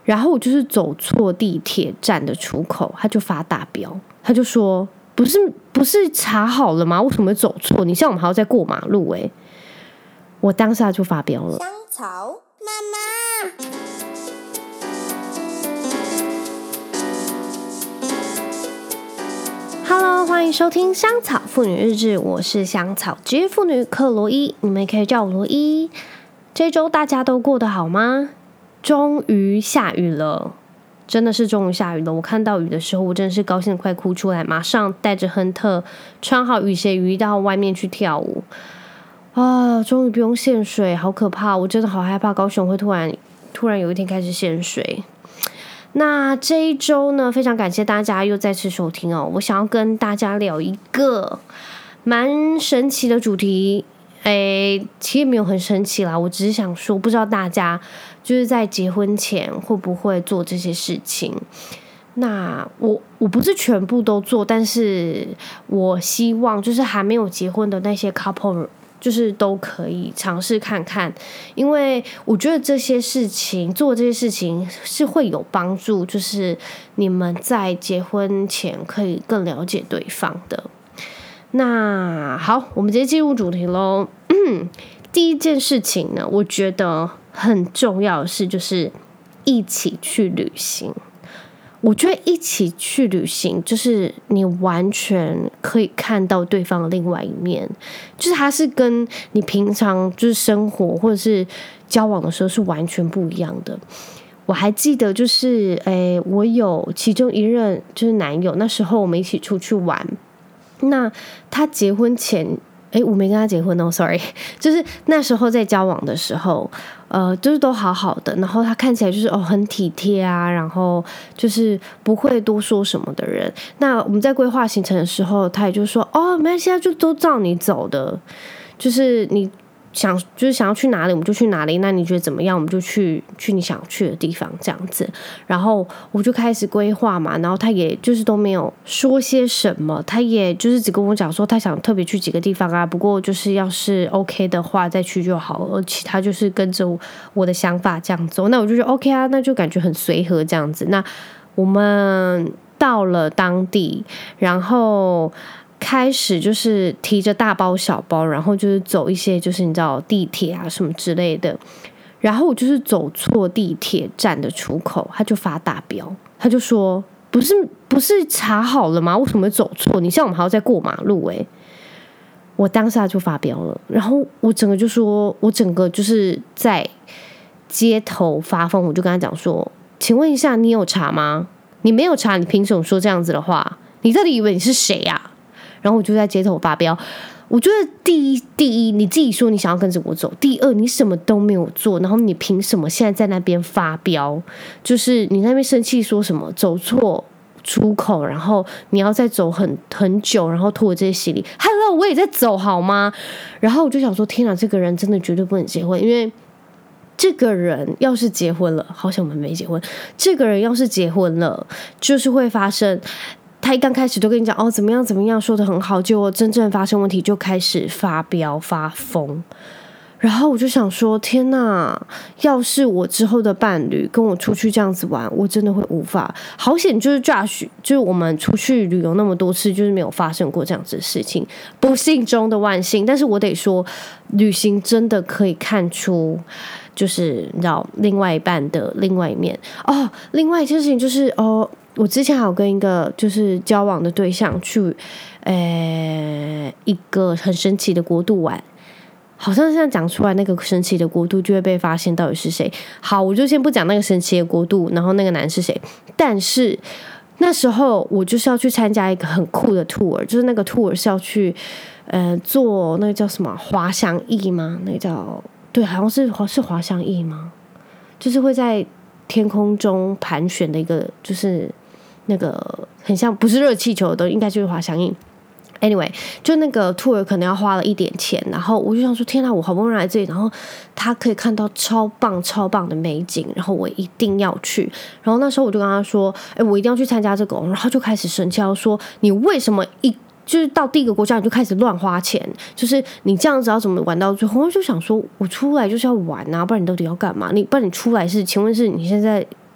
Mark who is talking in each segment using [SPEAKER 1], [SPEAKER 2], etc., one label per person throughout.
[SPEAKER 1] 然后我就是走错地铁站的出口，他就发大飙，他就说不是查好了吗？为什么会走错？你像我们还要再过马路欸。我当下就发飙了。
[SPEAKER 2] 香草妈妈
[SPEAKER 1] ，Hello， 欢迎收听香草妇女日志，我是香草职业妇女克罗伊，你们也可以叫我罗伊。这周大家都过得好吗？终于下雨了，真的是终于下雨了。我看到雨的时候，我真的是高兴得快哭出来，马上带着亨特穿好雨鞋雨衣到外面去跳舞啊！终于不用限水，好可怕！我真的好害怕高雄会突然有一天开始限水。那这一周呢，非常感谢大家又再次收听哦。我想要跟大家聊一个蛮神奇的主题，其实没有很神奇啦，我只是想说，不知道大家就是在结婚前会不会做这些事情。那我不是全部都做，但是我希望就是还没有结婚的那些 couple就是都可以尝试看看，因为我觉得这些事情做这些事情是会有帮助，就是你们在结婚前可以更了解对方的。那好，我们直接进入主题咯。第一件事情呢，我觉得很重要的是就是一起去旅行。我觉得一起去旅行，就是你完全可以看到对方的另外一面，就是他是跟你平常就是生活或者是交往的时候是完全不一样的。我还记得就是我有其中一任就是男友，那时候我们一起出去玩，那他结婚前我没跟他结婚哦 ，sorry， 就是那时候在交往的时候，就是都好好的，然后他看起来就是很体贴啊，然后就是不会多说什么的人。那我们在规划行程的时候，他也就说没关系，就都照你走的，就是你想要去哪里我们就去哪里，那你觉得怎么样我们就去你想去的地方这样子。然后我就开始规划嘛，然后他也就是都没有说些什么，他也就是只跟我讲说他想特别去几个地方啊，不过就是要是 OK 的话再去就好，而其他就是跟着我的想法这样走。那我就觉得 OK 啊，那就感觉很随和这样子。那我们到了当地，然后开始就是提着大包小包，然后就是走一些就是你知道地铁啊什么之类的，然后我就是走错地铁站的出口，他就发大飙，他就说不是查好了吗？为什么会走错？你像我们还要再过马路欸。我当下就发飙了，然后我整个就是在街头发疯，我就跟他讲说，请问一下你有查吗？你没有查，你凭什么说这样子的话？你到底以为你是谁啊？然后我就在街头发飙。我觉得第一，你自己说你想要跟着我走；第二，你什么都没有做，然后你凭什么现在在那边发飙？就是你在那边生气说什么走错出口，然后你要再走很久，然后拖着这些行李。Hello， 我也在走好吗？然后我就想说，天哪，这个人真的绝对不能结婚，因为这个人要是结婚了，好像我们没结婚。这个人要是结婚了，就是会发生。他一刚开始就跟你讲怎么样怎么样，说得很好，结果真正发生问题就开始发飙发疯。然后我就想说，天哪！要是我之后的伴侣跟我出去这样子玩，我真的会无法。好险，就是 Josh， 就是我们出去旅游那么多次，就是没有发生过这样子的事情，不幸中的万幸。但是我得说，旅行真的可以看出，就是你知道另外一半的另外一面另外一件事情就是我之前还有跟一个就是交往的对象去一个很神奇的国度玩，好像现在讲出来那个神奇的国度就会被发现到底是谁。好，我就先不讲那个神奇的国度，然后那个男是谁。但是那时候我就是要去参加一个很酷的 tour， 就是那个 tour 是要去做那个叫什么滑翔翼吗？那个叫对，好像是滑翔翼吗？就是会在天空中盘旋的一个，就是那个很像不是热气球的东西，应该就是滑翔翼。Anyway， 就那个 tour 可能要花了一点钱，然后我就想说，天哪，我好不容易来这里，然后他可以看到超棒超棒的美景，然后我一定要去。然后那时候我就跟他说，我一定要去参加这个，然后就开始生气，说你为什么就是到第一个国家你就开始乱花钱，就是你这样子要怎么玩到最后？我就想说，我出来就是要玩啊，不然你到底要干嘛？不然你出来请问是你现在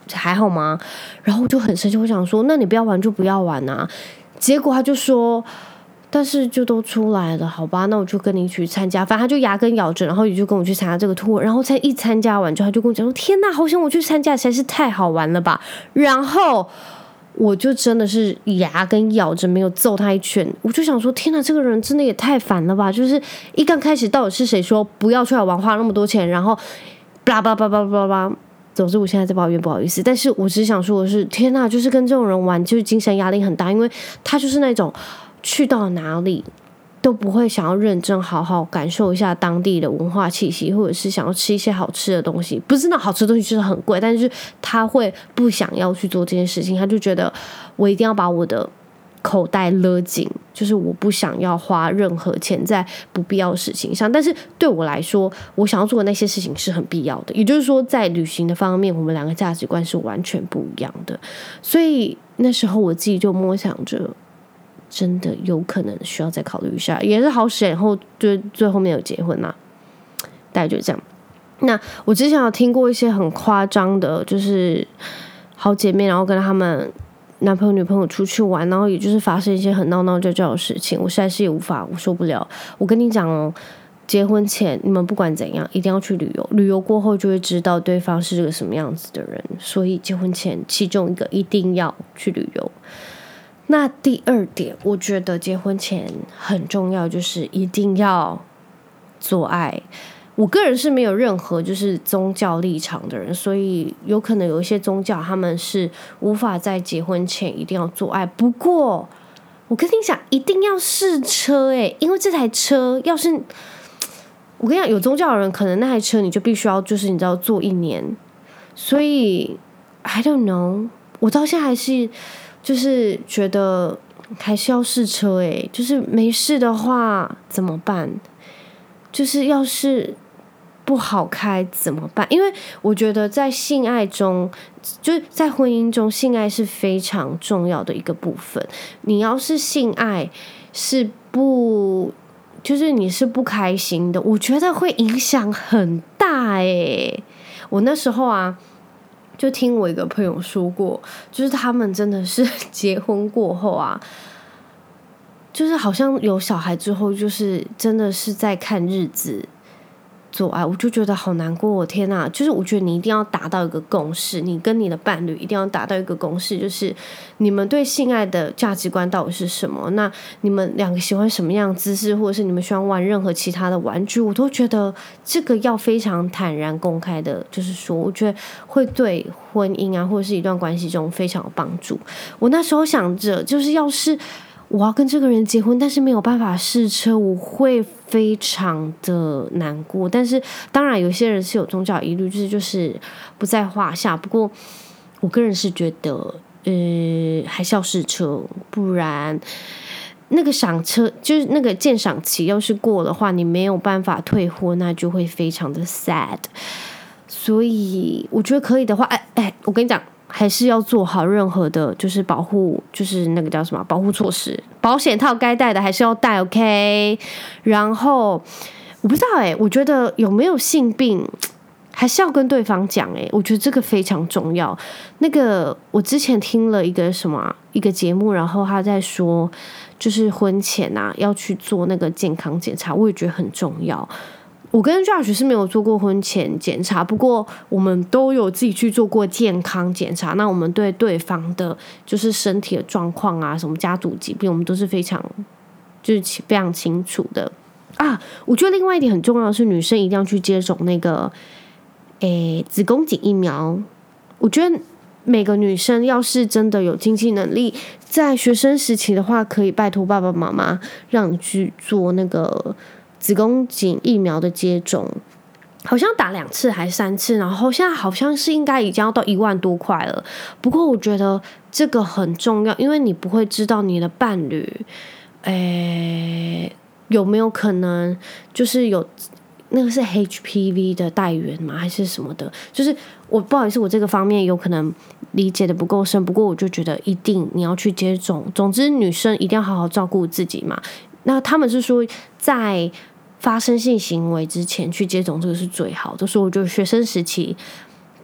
[SPEAKER 1] 还好吗？然后我就很生气，我想说，那你不要玩就不要玩啊。结果他就说，但是就都出来了，好吧，那我就跟你一起参加。反正他就牙根咬着，然后也就跟我去参加这个 tour。然后才一参加完之后，他就跟我讲说：“天哪，好想我去参加，实在是太好玩了吧！”然后我就真的是牙根咬着没有揍他一拳。我就想说：“天哪，这个人真的也太烦了吧！”就是一刚开始到底是谁说不要出来玩，花那么多钱，然后巴拉巴拉巴拉巴拉巴拉。总之我现在在抱怨，不好意思，但是我只想说的是，天哪，就是跟这种人玩，就是精神压力很大，因为他就是那种去到哪里都不会想要认真好好感受一下当地的文化气息，或者是想要吃一些好吃的东西，不是那好吃的东西就是很贵，但是他会不想要去做这件事情，他就觉得我一定要把我的口袋勒紧，就是我不想要花任何钱在不必要的事情上。但是对我来说，我想要做的那些事情是很必要的，也就是说在旅行的方面，我们两个价值观是完全不一样的。所以那时候我自己就默想着，真的有可能需要再考虑一下，也是好险，然后就最后面有结婚啦，大概就是这样。那我之前有听过一些很夸张的，就是好姐妹然后跟他们男朋友女朋友出去玩，然后也就是发生一些很闹闹叫叫的事情，我实在是也无法，我受不了。我跟你讲哦，结婚前你们不管怎样一定要去旅游，旅游过后就会知道对方是个什么样子的人，所以结婚前其中一个一定要去旅游。那第二点，我觉得结婚前很重要，就是一定要做爱。我个人是没有任何就是宗教立场的人，所以有可能有一些宗教他们是无法在结婚前一定要做爱。不过我跟你讲，一定要试车因为这台车要是我跟你讲，有宗教的人可能那台车你就必须要就是你知道坐1年，所以 I don't know， 我到现在还是就是觉得还是要试车就是没事的话怎么办？就是要是不好开怎么办？因为我觉得在性爱中，就是在婚姻中，性爱是非常重要的一个部分。你要是性爱是不，就是你是不开心的，我觉得会影响很大我那时候啊，就听我一个朋友说过，就是他们真的是结婚过后啊，就是好像有小孩之后，就是真的是在看日子做爱，我就觉得好难过。我天哪！就是我觉得你一定要达到一个共识，你跟你的伴侣一定要达到一个共识，就是你们对性爱的价值观到底是什么？那你们两个喜欢什么样的姿势，或者是你们喜欢玩任何其他的玩具，我都觉得这个要非常坦然公开的，就是说，我觉得会对婚姻啊，或者是一段关系中非常有帮助。我那时候想着，就是要是我要跟这个人结婚，但是没有办法试车，我会非常的难过。但是当然有些人是有宗教疑虑，就是不在话下。不过我个人是觉得还是要试车，不然那个赏车就是那个鉴赏期要是过的话，你没有办法退婚，那就会非常的 sad。所以我觉得可以的话，我跟你讲，还是要做好任何的就是保护，就是那个叫什么保护措施，保险套该戴的还是要戴 OK。 然后我不知道我觉得有没有性病还是要跟对方讲我觉得这个非常重要。那个我之前听了一个一个节目，然后他在说就是婚前啊要去做那个健康检查，我也觉得很重要。我跟 Josh 是没有做过婚前检查，不过我们都有自己去做过健康检查。那我们对对方的就是身体的状况啊，什么家族疾病，我们都是非常清楚的啊。我觉得另外一点很重要的是，女生一定要去接种那个子宫颈疫苗。我觉得每个女生要是真的有经济能力，在学生时期的话，可以拜托爸爸妈妈让你去做那个子宫颈疫苗的接种，好像打2次还3次，然后现在好像是应该已经要到1万多块了。不过我觉得这个很重要，因为你不会知道你的伴侣有没有可能就是有那个是 HPV 的带源吗还是什么的，就是我不好意思，我这个方面有可能理解的不够深，不过我就觉得一定你要去接种。总之女生一定要好好照顾自己嘛。那他们是说在发生性行为之前去接种，这个是最好的。所以我觉得学生时期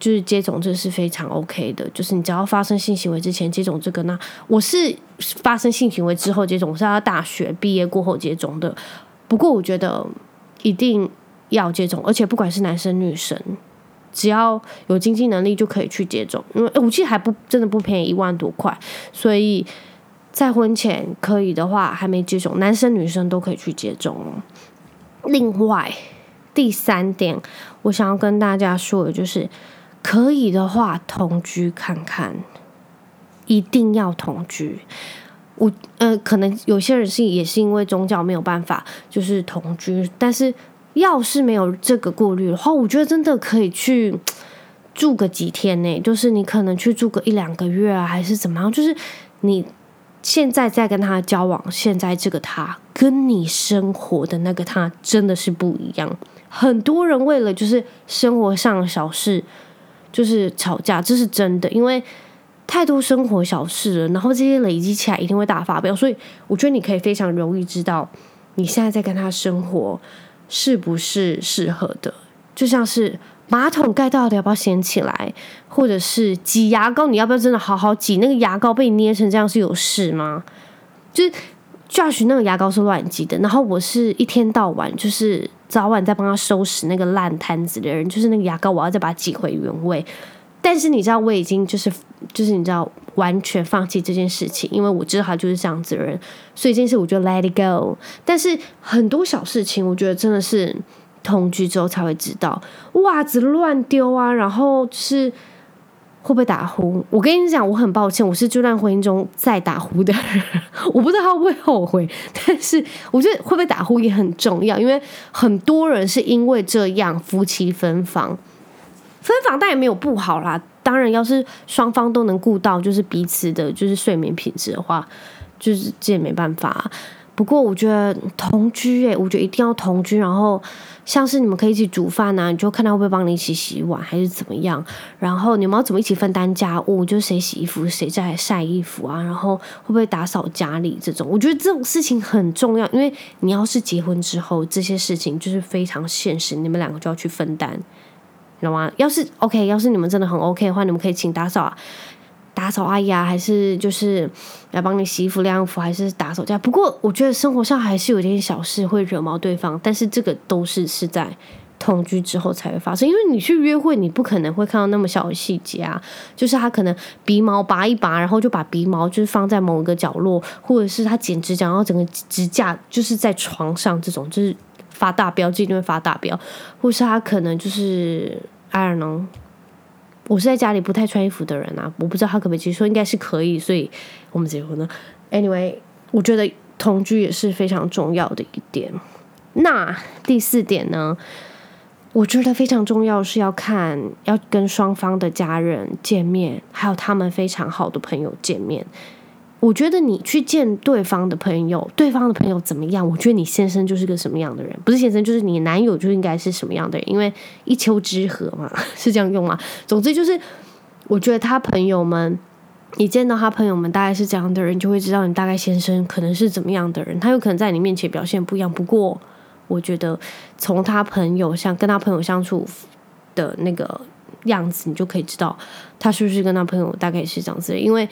[SPEAKER 1] 就是接种这是非常 OK 的，就是你只要发生性行为之前接种这个，那我是发生性行为之后接种，我是要大学毕业过后接种的。不过我觉得一定要接种，而且不管是男生女生，只要有经济能力就可以去接种，因为武器还真的不便宜，1万多块，所以在婚前可以的话，还没接种，男生女生都可以去接种哦。另外，第3点，我想要跟大家说的就是，可以的话同居看看，一定要同居。可能有些人也是因为宗教没有办法就是同居，但是要是没有这个顾虑的话，我觉得真的可以去住个几天呢，就是你可能去住个1-2个月啊，还是怎么样，就是你现在在跟他交往，现在这个他跟你生活的那个他真的是不一样。很多人为了就是生活上的小事就是吵架，这是真的，因为太多生活小事了，然后这些累积起来一定会大发飙，所以我觉得你可以非常容易知道你现在在跟他生活是不是适合的，就像是马桶盖到底要不要掀起来，或者是挤牙膏你要不要真的好好挤，那个牙膏被你捏成这样是有事吗？就是 Josh 那个牙膏是乱挤的，然后我是一天到晚就是早晚在帮他收拾那个烂摊子的人，就是那个牙膏我要再把它挤回原位。但是你知道我已经就是你知道完全放弃这件事情，因为我知道他就是这样子的人，所以这件事我就 let it go。但是很多小事情我觉得真的是同居之后才会知道，袜子乱丢啊，然后就是会不会打呼。我跟你讲，我很抱歉，我是这段婚姻中在打呼的人，我不知道他会不会后悔，但是我觉得会不会打呼也很重要，因为很多人是因为这样夫妻分房。分房当然没有不好啦，当然要是双方都能顾到就是彼此的就是睡眠品质的话，就是这也没办法。不过我觉得同居我觉得一定要同居，然后像是你们可以一起煮饭啊，你就看他会不会帮你一起洗碗还是怎么样，然后你们要怎么一起分担家务，就是谁洗衣服谁在晒衣服啊，然后会不会打扫家里这种，我觉得这种事情很重要，因为你要是结婚之后这些事情就是非常现实，你们两个就要去分担，懂吗？要是你们真的很 OK 的话，你们可以请打扫阿姨啊，还是就是来帮你洗衣服晾衣服，还是打扫家。不过我觉得生活上还是有点小事会惹毛对方，但是这个都是在同居之后才会发生，因为你去约会你不可能会看到那么小的细节啊，就是他可能鼻毛拔一拔，然后就把鼻毛就是放在某一个角落，或者是他剪指甲然后整个指甲就是在床上，这种就是发大飙，这一定会发大飙，或是他可能就是I don't know， 我是在家里不太穿衣服的人啊，我不知道他可不可以接受，应该是可以，所以我们结婚了。Anyway， 我觉得同居也是非常重要的一点。那第4点呢，我觉得非常重要是要跟双方的家人见面，还有他们非常好的朋友见面。我觉得你去见对方的朋友怎么样，我觉得你先生就是个什么样的人，不是先生就是你男友就应该是什么样的人，因为一丘之貉嘛，是这样用吗？总之就是我觉得他朋友们，你见到他朋友们大概是这样的人，就会知道你大概先生可能是怎么样的人，他有可能在你面前表现不一样，不过我觉得从他朋友跟他朋友相处的那个样子，你就可以知道他是不是跟他朋友大概是这样子的。因为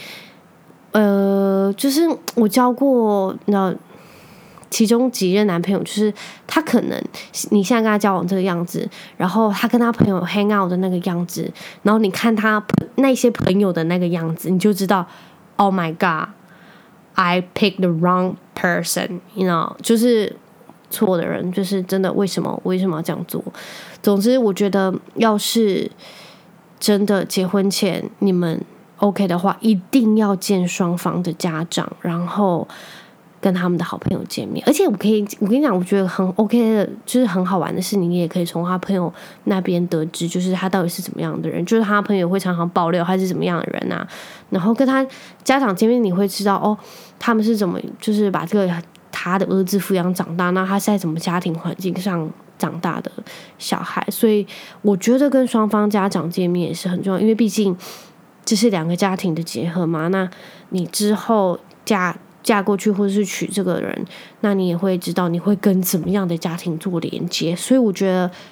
[SPEAKER 1] 就是我交过其中几任男朋友，就是他可能你现在跟他交往这个样子，然后他跟他朋友 hang out 的那个样子，然后你看他那些朋友的那个样子，你就知道 Oh my God I picked the wrong person you know， 就是错的人，就是真的为什么要这样做。总之我觉得要是真的结婚前你们 OK 的话，一定要见双方的家长，然后跟他们的好朋友见面。而且我跟你讲，我觉得很 OK 的，就是很好玩的是，你也可以从他朋友那边得知，就是他到底是怎么样的人，就是他朋友会常常爆料他是怎么样的人啊，然后跟他家长见面，你会知道他们是怎么就是把这个他的儿子抚养长大，那他是在什么家庭环境上长大的小孩。所以我觉得跟双方家长见面也是很重要，因为毕竟这是2个家庭的结合嘛，那你之后嫁过去或者是娶这个人，那你也会知道你会跟怎么样的家庭做连接。所以我觉得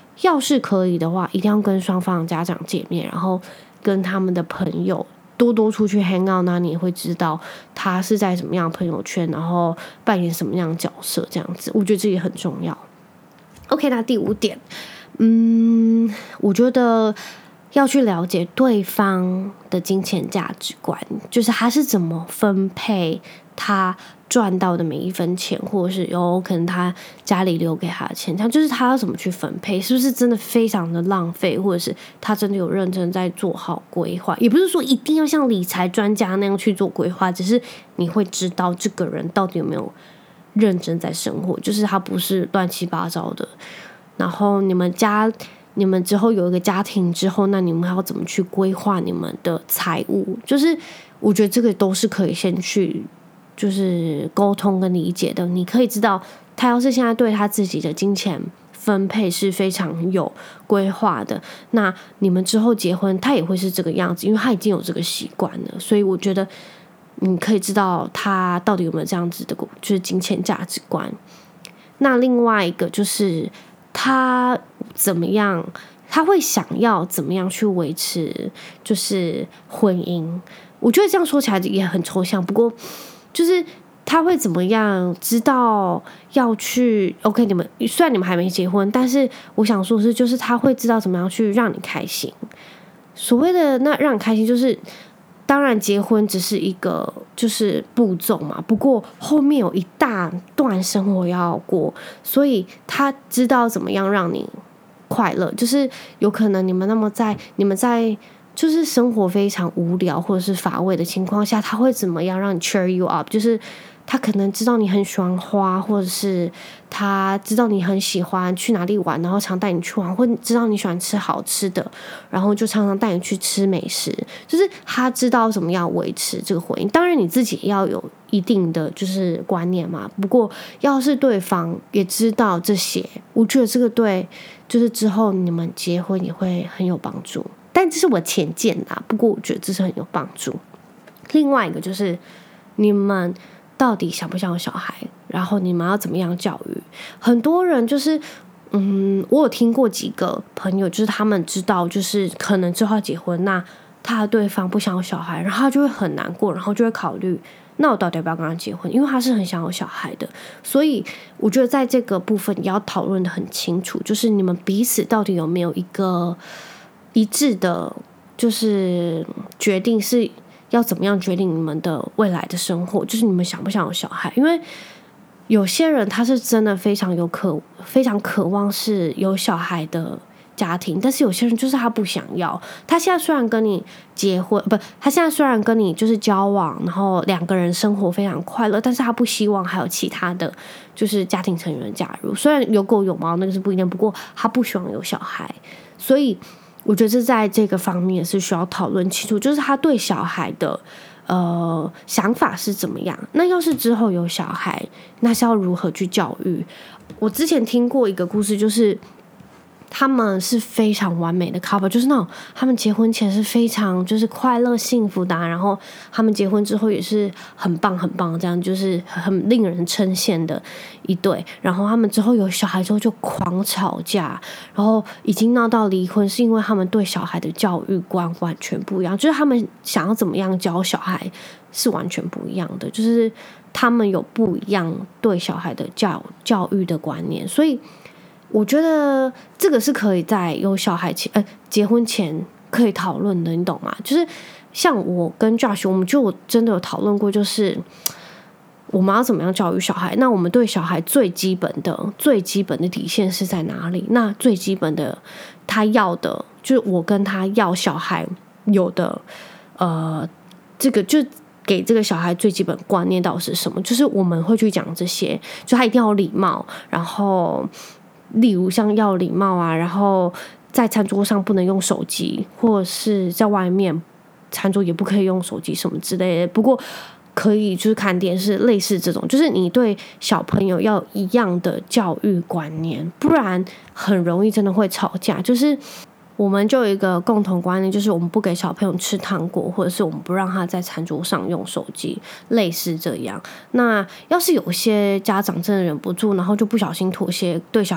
[SPEAKER 1] 要是可以的话，一定要跟双方的家长见面，然后跟他们的朋友多多出去 hang out，那你也会知道他是在什么样的朋友圈，然后扮演什么样的角色，这样子，我觉得这也很重要。OK， 那第5点，我觉得要去了解对方的金钱价值观，就是他是怎么分配他赚到的每一分钱，或者是有可能他家里留给他的钱，就是他要怎么去分配，是不是真的非常的浪费，或者是他真的有认真在做好规划。也不是说一定要像理财专家那样去做规划，只是你会知道这个人到底有没有认真在生活，就是他不是乱七八糟的。然后你们之后有一个家庭之后，那你们要怎么去规划你们的财务，就是我觉得这个都是可以先去就是沟通跟理解的。你可以知道他要是现在对他自己的金钱分配是非常有规划的，那你们之后结婚他也会是这个样子，因为他已经有这个习惯了。所以我觉得你可以知道他到底有没有这样子的就是金钱价值观。那另外一个就是他怎么样，他会想要怎么样去维持就是婚姻。我觉得这样说起来也很抽象，不过就是他会怎么样知道要去 OK， 虽然你们还没结婚，但是我想说的是，就是他会知道怎么样去让你开心。所谓的那让你开心，就是当然结婚只是一个就是步骤嘛，不过后面有一大段生活要过，所以他知道怎么样让你快乐。就是有可能你们在就是生活非常无聊或者是乏味的情况下，他会怎么样让你 cheer you up， 就是他可能知道你很喜欢花，或者是他知道你很喜欢去哪里玩，然后常带你去玩，或者知道你喜欢吃好吃的，然后就常常带你去吃美食，就是他知道怎么样维持这个婚姻。当然你自己要有一定的就是观念嘛，不过要是对方也知道这些，我觉得这个对就是之后你们结婚也会很有帮助。但这是我浅见啦，不过我觉得这是很有帮助。另外一个就是你们到底想不想有小孩，然后你们要怎么样教育。很多人就是我有听过几个朋友，就是他们知道就是可能之后要结婚，那他的对方不想有小孩，然后他就会很难过，然后就会考虑那我到底要不要跟他结婚，因为他是很想有小孩的。所以我觉得在这个部分也要讨论得很清楚，就是你们彼此到底有没有一个一致的就是决定，是要怎么样决定你们的未来的生活，就是你们想不想有小孩。因为有些人他是真的非常渴望是有小孩的家庭，但是有些人就是他不想要。他现在虽然跟你结婚，他现在虽然跟你就是交往，然后2个人生活非常快乐，但是他不希望还有其他的就是家庭成员加入。虽然有狗有猫那个是不一样，不过他不希望有小孩。所以我觉得这在这个方面是需要讨论清楚，就是他对小孩的想法是怎么样。那要是之后有小孩，那是要如何去教育。我之前听过一个故事，就是他们是非常完美的 couple， 就是那种他们结婚前是非常就是快乐幸福的然后他们结婚之后也是很棒很棒，这样就是很令人称羡的一对。然后他们之后有小孩之后就狂吵架，然后已经闹到离婚，是因为他们对小孩的教育观完全不一样，就是他们想要怎么样教小孩是完全不一样的，就是他们有不一样对小孩的教育的观念。所以我觉得这个是可以在有小孩前结婚前可以讨论的，你懂吗？就是像我跟 Josh 我们就真的有讨论过，就是我们要怎么样教育小孩。那我们对小孩最基本的底线是在哪里？那最基本的他要的就是我跟他要小孩有的这个就给这个小孩最基本观念到底是什么，就是我们会去讲这些，就他一定要有礼貌，然后例如像要礼貌然后在餐桌上不能用手机，或者是在外面餐桌也不可以用手机什么之类的。不过可以就是看电视，类似这种，就是你对小朋友要一样的教育观念，不然很容易真的会吵架。就是我们就有一个共同观念，就是我们不给小朋友吃糖果，或者是我们不让他在餐桌上用手机，类似这样。那要是有些家长真的忍不住，然后就不小心妥协，对小孩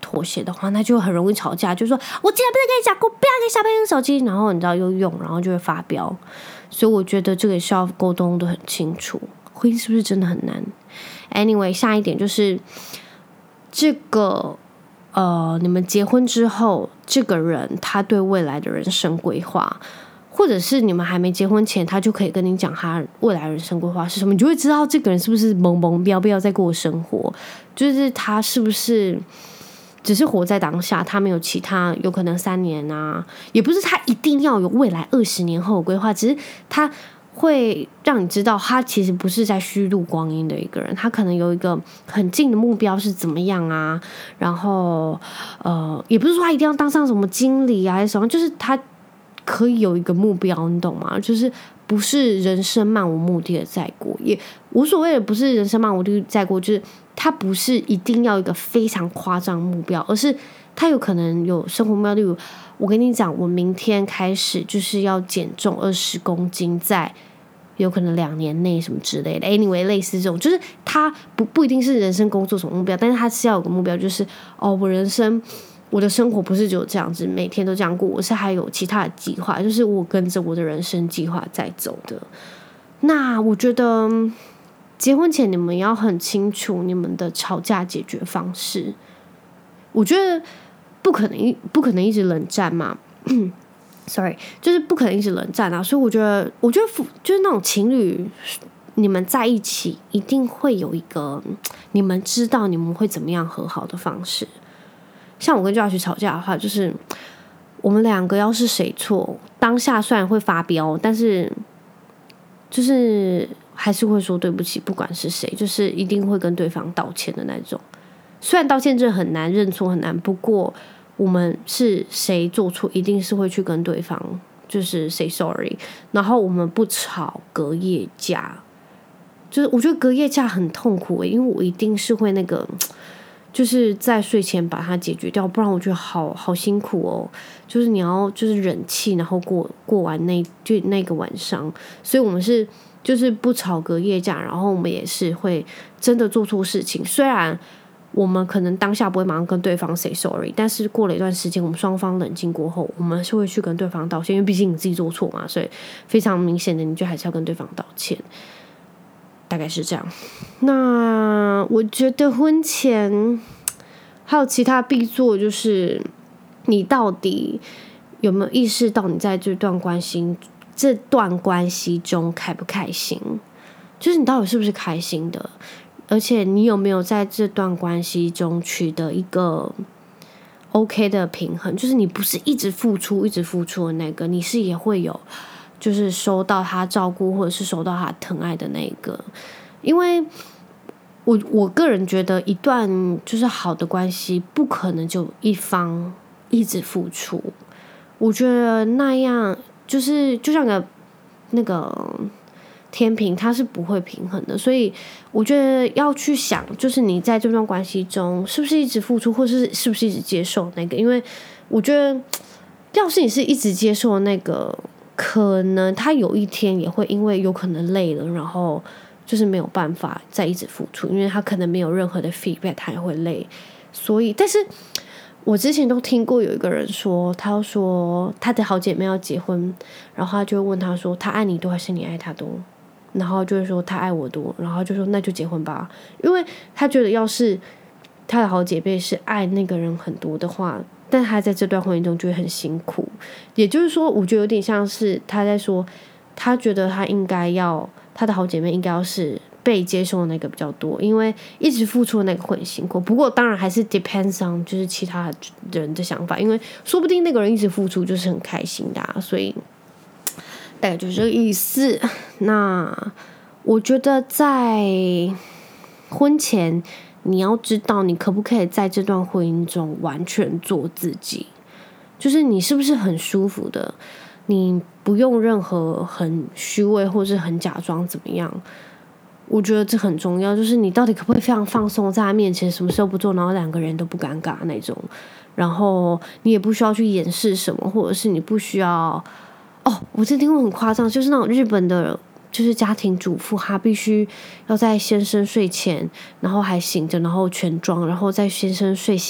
[SPEAKER 1] 妥协的话，那就很容易吵架，就说我既然不是跟你讲过不要给小朋友用手机，然后你知道又用，然后就会发飙。所以我觉得这个也是要沟通的很清楚。婚姻是不是真的很难 ？Anyway， 下一点就是这个你们结婚之后，这个人他对未来的人生规划，或者是你们还没结婚前，他就可以跟你讲他未来人生规划是什么，你就会知道这个人是不是懵懵标标在过生活，就是他是不是只是活在当下，他没有其他有可能3年啊，也不是他一定要有未来20年后的规划，只是他会让你知道他其实不是在虚度光阴的一个人，他可能有一个很近的目标是怎么样啊，然后也不是说他一定要当上什么经理啊还是什么，就是他可以有一个目标，你懂吗？就是不是人生漫无目的的在过，也无所谓的不是人生漫无目的在过，就是他不是一定要一个非常夸张的目标，而是他有可能有生活目标，例如我跟你讲，我明天开始就是要减重20公斤，在有可能2年内什么之类的。Anyway， 类似这种，就是他不一定是人生工作什么目标，但是他是要有个目标，就是我的生活不是只有这样子，每天都这样过，我是还有其他的计划，就是我跟着我的人生计划在走的。那我觉得结婚前你们要很清楚你们的吵架解决方式。我觉得不可能一直冷战嘛，sorry， 就是不可能一直冷战啊。所以我觉得就是那种情侣，你们在一起一定会有一个你们知道你们会怎么样和好的方式。像我跟Josh吵架的话，就是我们2个要是谁错，当下虽然会发飙，但是就是还是会说对不起，不管是谁，就是一定会跟对方道歉的那种。虽然道歉真的很难，认错很难，不过我们是谁做错，一定是会去跟对方就是 say sorry， 然后我们不吵隔夜架。就是我觉得隔夜架很痛苦因为我一定是会那个。就是在睡前把它解决掉，不然我觉得好辛苦哦。就是你要就是忍气，然后过完那个晚上，所以我们是就是不吵隔夜架，然后我们也是会真的做错事情。虽然我们可能当下不会马上跟对方 say sorry， 但是过了一段时间，我们双方冷静过后，我们是会去跟对方道歉，因为毕竟你自己做错嘛，所以非常明显的，你就还是要跟对方道歉。大概是这样。那我觉得婚前还有其他必做，就是你到底有没有意识到你在这段关系中开不开心？就是你到底是不是开心的？而且你有没有在这段关系中取得一个 OK 的平衡？就是你不是一直付出的那个，你是也会有。就是收到他照顾或者是收到他疼爱的那一个，因为我个人觉得一段就是好的关系不可能就一方一直付出，我觉得那样就是就像那个天平它是不会平衡的，所以我觉得要去想，就是你在这段关系中是不是一直付出，或是不是一直接受那个，因为我觉得要是你是一直接受那个。可能他有一天也会因为有可能累了，然后就是没有办法再一直付出，因为他可能没有任何的 feedback， 他也会累。所以，但是我之前都听过有一个人说，他说他的好姐妹要结婚，然后他就会问他说，他爱你多还是你爱他多？然后就会说他爱我多，然后就说那就结婚吧，因为他觉得要是他的好姐妹是爱那个人很多的话。但他在这段婚姻中就会很辛苦，也就是说，我觉得有点像是他在说，他觉得他的好姐妹应该要是被接受的那个比较多，因为一直付出的那个会很辛苦。不过当然还是 depends on 就是其他人的想法，因为说不定那个人一直付出就是很开心的所以大概就是这个意思。那我觉得在婚前。你要知道你可不可以在这段婚姻中完全做自己，就是你是不是很舒服的，你不用任何很虚伪或是很假装怎么样，我觉得这很重要，就是你到底可不可以非常放松在他面前什么事都不做，然后2个人都不尴尬那种，然后你也不需要去掩饰什么，或者是你不需要我之前听过很夸张，就是那种日本的就是家庭主妇，她必须要在先生睡前，然后还醒着，然后全妆，然后在先生睡醒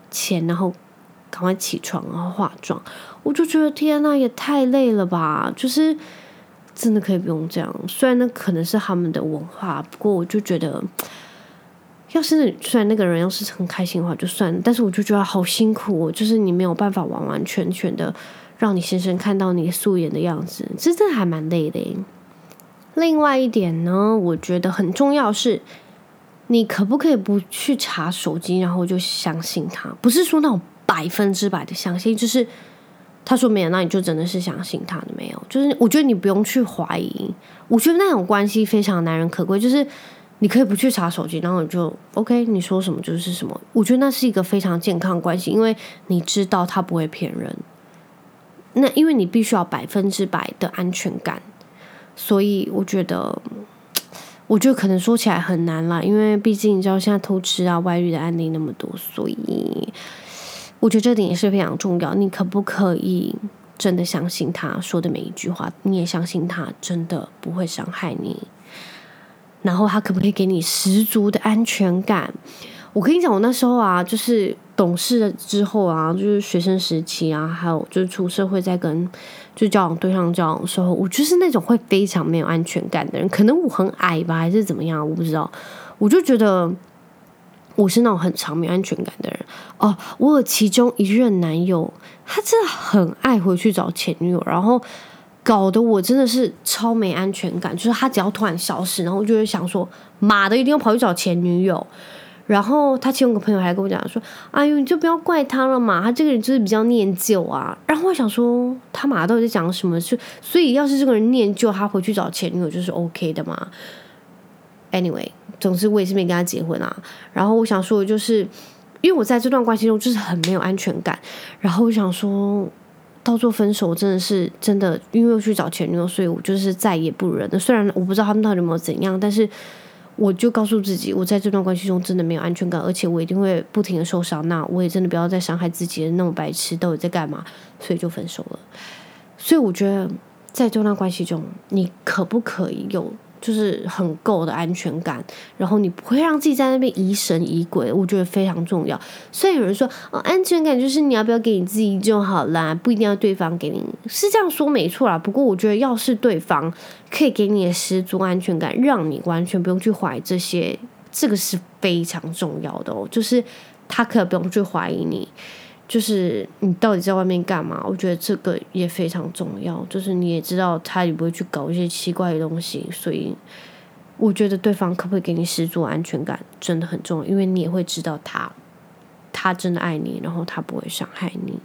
[SPEAKER 1] 前，然后赶快起床，然后化妆。我就觉得天哪，也太累了吧！就是真的可以不用这样。虽然那可能是他们的文化，不过我就觉得，要是虽然那个人要是很开心的话就算了，但是我就觉得好辛苦哦，就是你没有办法完完全全的让你先生看到你素颜的样子，这真的还蛮累的耶。另外一点呢，我觉得很重要是，你可不可以不去查手机，然后就相信他？不是说那种100%的相信，就是他说没有，那你就真的是相信他的没有。就是我觉得你不用去怀疑，我觉得那种关系非常难能可贵，就是你可以不去查手机，然后你就 OK， 你说什么就是什么。我觉得那是一个非常健康的关系，因为你知道他不会骗人。那因为你必须要100%的安全感，所以我觉得可能说起来很难啦，因为毕竟你知道现在偷吃啊、外遇的案例那么多，所以我觉得这点也是非常重要。你可不可以真的相信他说的每一句话？你也相信他真的不会伤害你？然后他可不可以给你十足的安全感？我跟你讲，我那时候啊，就是懂事了之后啊，就是学生时期啊，还有就是出社会在跟就交往对象交往的时候，我就是那种会非常没有安全感的人。可能我很矮吧，还是怎么样，我不知道。我就觉得我是那种很常没有安全感的人哦。我有其中一任男友，他真的很爱回去找前女友，然后搞得我真的是超没安全感。就是他只要突然消失，然后我就会想说，妈的，一定要跑去找前女友。然后他其中一个朋友还跟我讲说：“哎呦，你就不要怪他了嘛，他这个人就是比较念旧啊。”然后我想说，他妈到底在讲什么？所以要是这个人念旧，他回去找前女友就是 OK 的嘛。Anyway， 总之我也是没跟他结婚啊。然后我想说的就是，因为我在这段关系中就是很没有安全感，然后我想说，到做分手真的，因为我去找前女友，所以我就是再也不忍了。虽然我不知道他们到底有没有怎样，但是我就告诉自己，我在这段关系中真的没有安全感，而且我一定会不停的受伤。那我也真的不要再伤害自己了，那么白痴到底在干嘛？所以就分手了。所以我觉得在这段关系中，你可不可以有就是很够的安全感，然后你不会让自己在那边疑神疑鬼，我觉得非常重要。虽然有人说安全感就是你要不要给你自己就好啦，不一定要对方给你，是这样说没错啦。不过我觉得要是对方可以给你的十足安全感，让你完全不用去怀疑这些，这个是非常重要的哦。就是他可以不用去怀疑你，就是你到底在外面干嘛？我觉得这个也非常重要。就是你也知道他也不会去搞一些奇怪的东西，所以我觉得对方可不可以给你十足安全感真的很重要，因为你也会知道他真的爱你，然后他不会伤害你。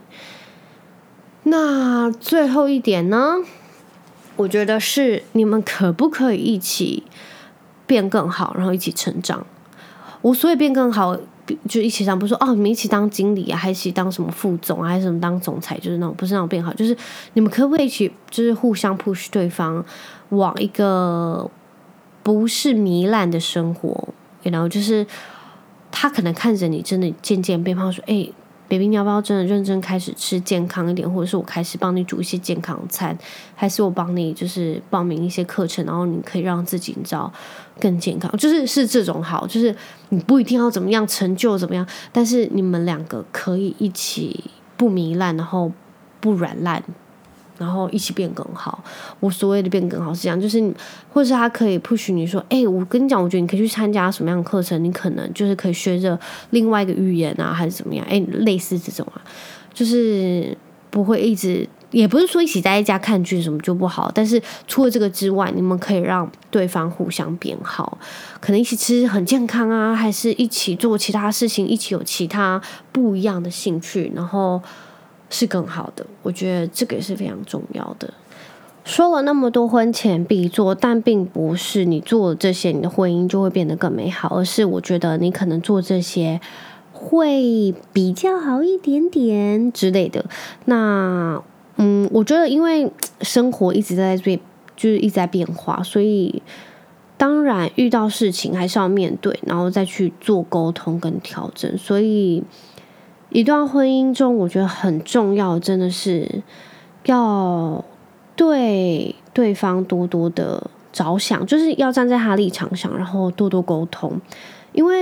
[SPEAKER 1] 那最后一点呢，我觉得是你们可不可以一起变更好，然后一起成长。我所谓变更好，就一起当，不是说你们一起当经理啊，还是一起当什么副总啊，还是什么当总裁，就是那种不是那种变好，就是你们可不可以一起，就是互相 push 对方往一个不是糜烂的生活，然后就是他可能看着你真的渐渐变胖，说baby， 你要不要真的认真开始吃健康一点，或者是我开始帮你煮一些健康餐，还是我帮你就是报名一些课程，然后你可以让自己你知道更健康，是这种好，就是你不一定要怎么样成就怎么样，但是你们两个可以一起不糜烂，然后不软烂，然后一起变更好。我所谓的变更好是这样，就是你，或者是他可以 push 你说，我跟你讲，我觉得你可以去参加什么样的课程，你可能就是可以学着另外一个语言啊，还是怎么样，类似这种啊，就是不会一直，也不是说一起在一家看剧什么就不好，但是除了这个之外，你们可以让对方互相变好，可能一起吃很健康啊，还是一起做其他事情，一起有其他不一样的兴趣，然后是更好的。我觉得这个也是非常重要的。说了那么多婚前必做，但并不是你做了这些你的婚姻就会变得更美好，而是我觉得你可能做这些会比较好一点点之类的。那我觉得因为生活一直在就是一直在变化，所以当然遇到事情还是要面对，然后再去做沟通跟调整。所以一段婚姻中我觉得很重要，真的是要对对方多多的着想，就是要站在他立场上，然后多多沟通。因为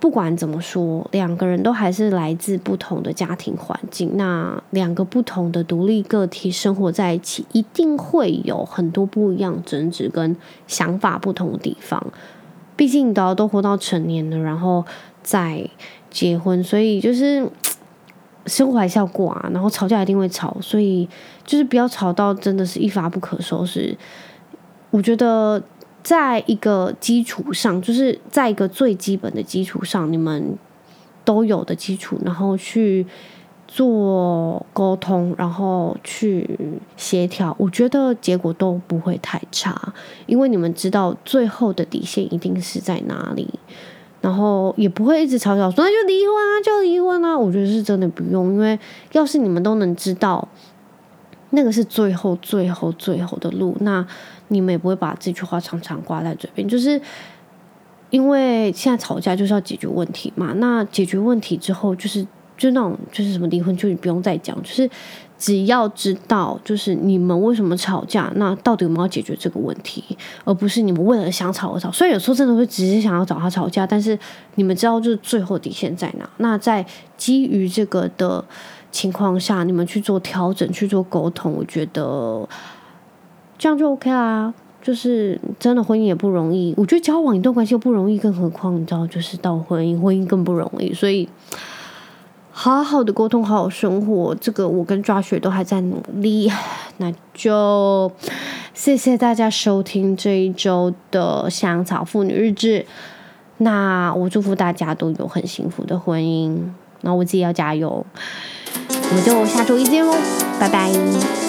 [SPEAKER 1] 不管怎么说，两个人都还是来自不同的家庭环境，那两个不同的独立个体生活在一起，一定会有很多不一样争执跟想法不同的地方。毕竟都活到成年了，然后再结婚，所以就是生活还是要过啊，然后吵架一定会吵，所以就是不要吵到真的是一发不可收拾。我觉得在一个基础上，就是在一个最基本的基础上，你们都有的基础，然后去做沟通，然后去协调，我觉得结果都不会太差，因为你们知道最后的底线一定是在哪里，然后也不会一直吵吵说那就离婚啊，就离婚啊。我觉得是真的不用，因为要是你们都能知道那个是最后的路，那你们也不会把这句话常常挂在嘴边，就是因为现在吵架就是要解决问题嘛，那解决问题之后就那种就是什么离婚就不用再讲，就是只要知道就是你们为什么吵架，那到底有没有要解决这个问题，而不是你们为了想吵而吵。虽然有时候真的会直接想要找他吵架，但是你们知道就是最后底线在哪。那在基于这个的情况下，你们去做调整，去做沟通，我觉得这样就 OK 啦。就是真的婚姻也不容易，我觉得交往一段关系又不容易，更何况你知道，就是到婚姻更不容易，所以。好好的沟通，好好生活，这个我跟抓雪都还在努力。那就谢谢大家收听这一周的香草妇女日志。那我祝福大家都有很幸福的婚姻，那我自己要加油。我们就下周一见喽，拜拜。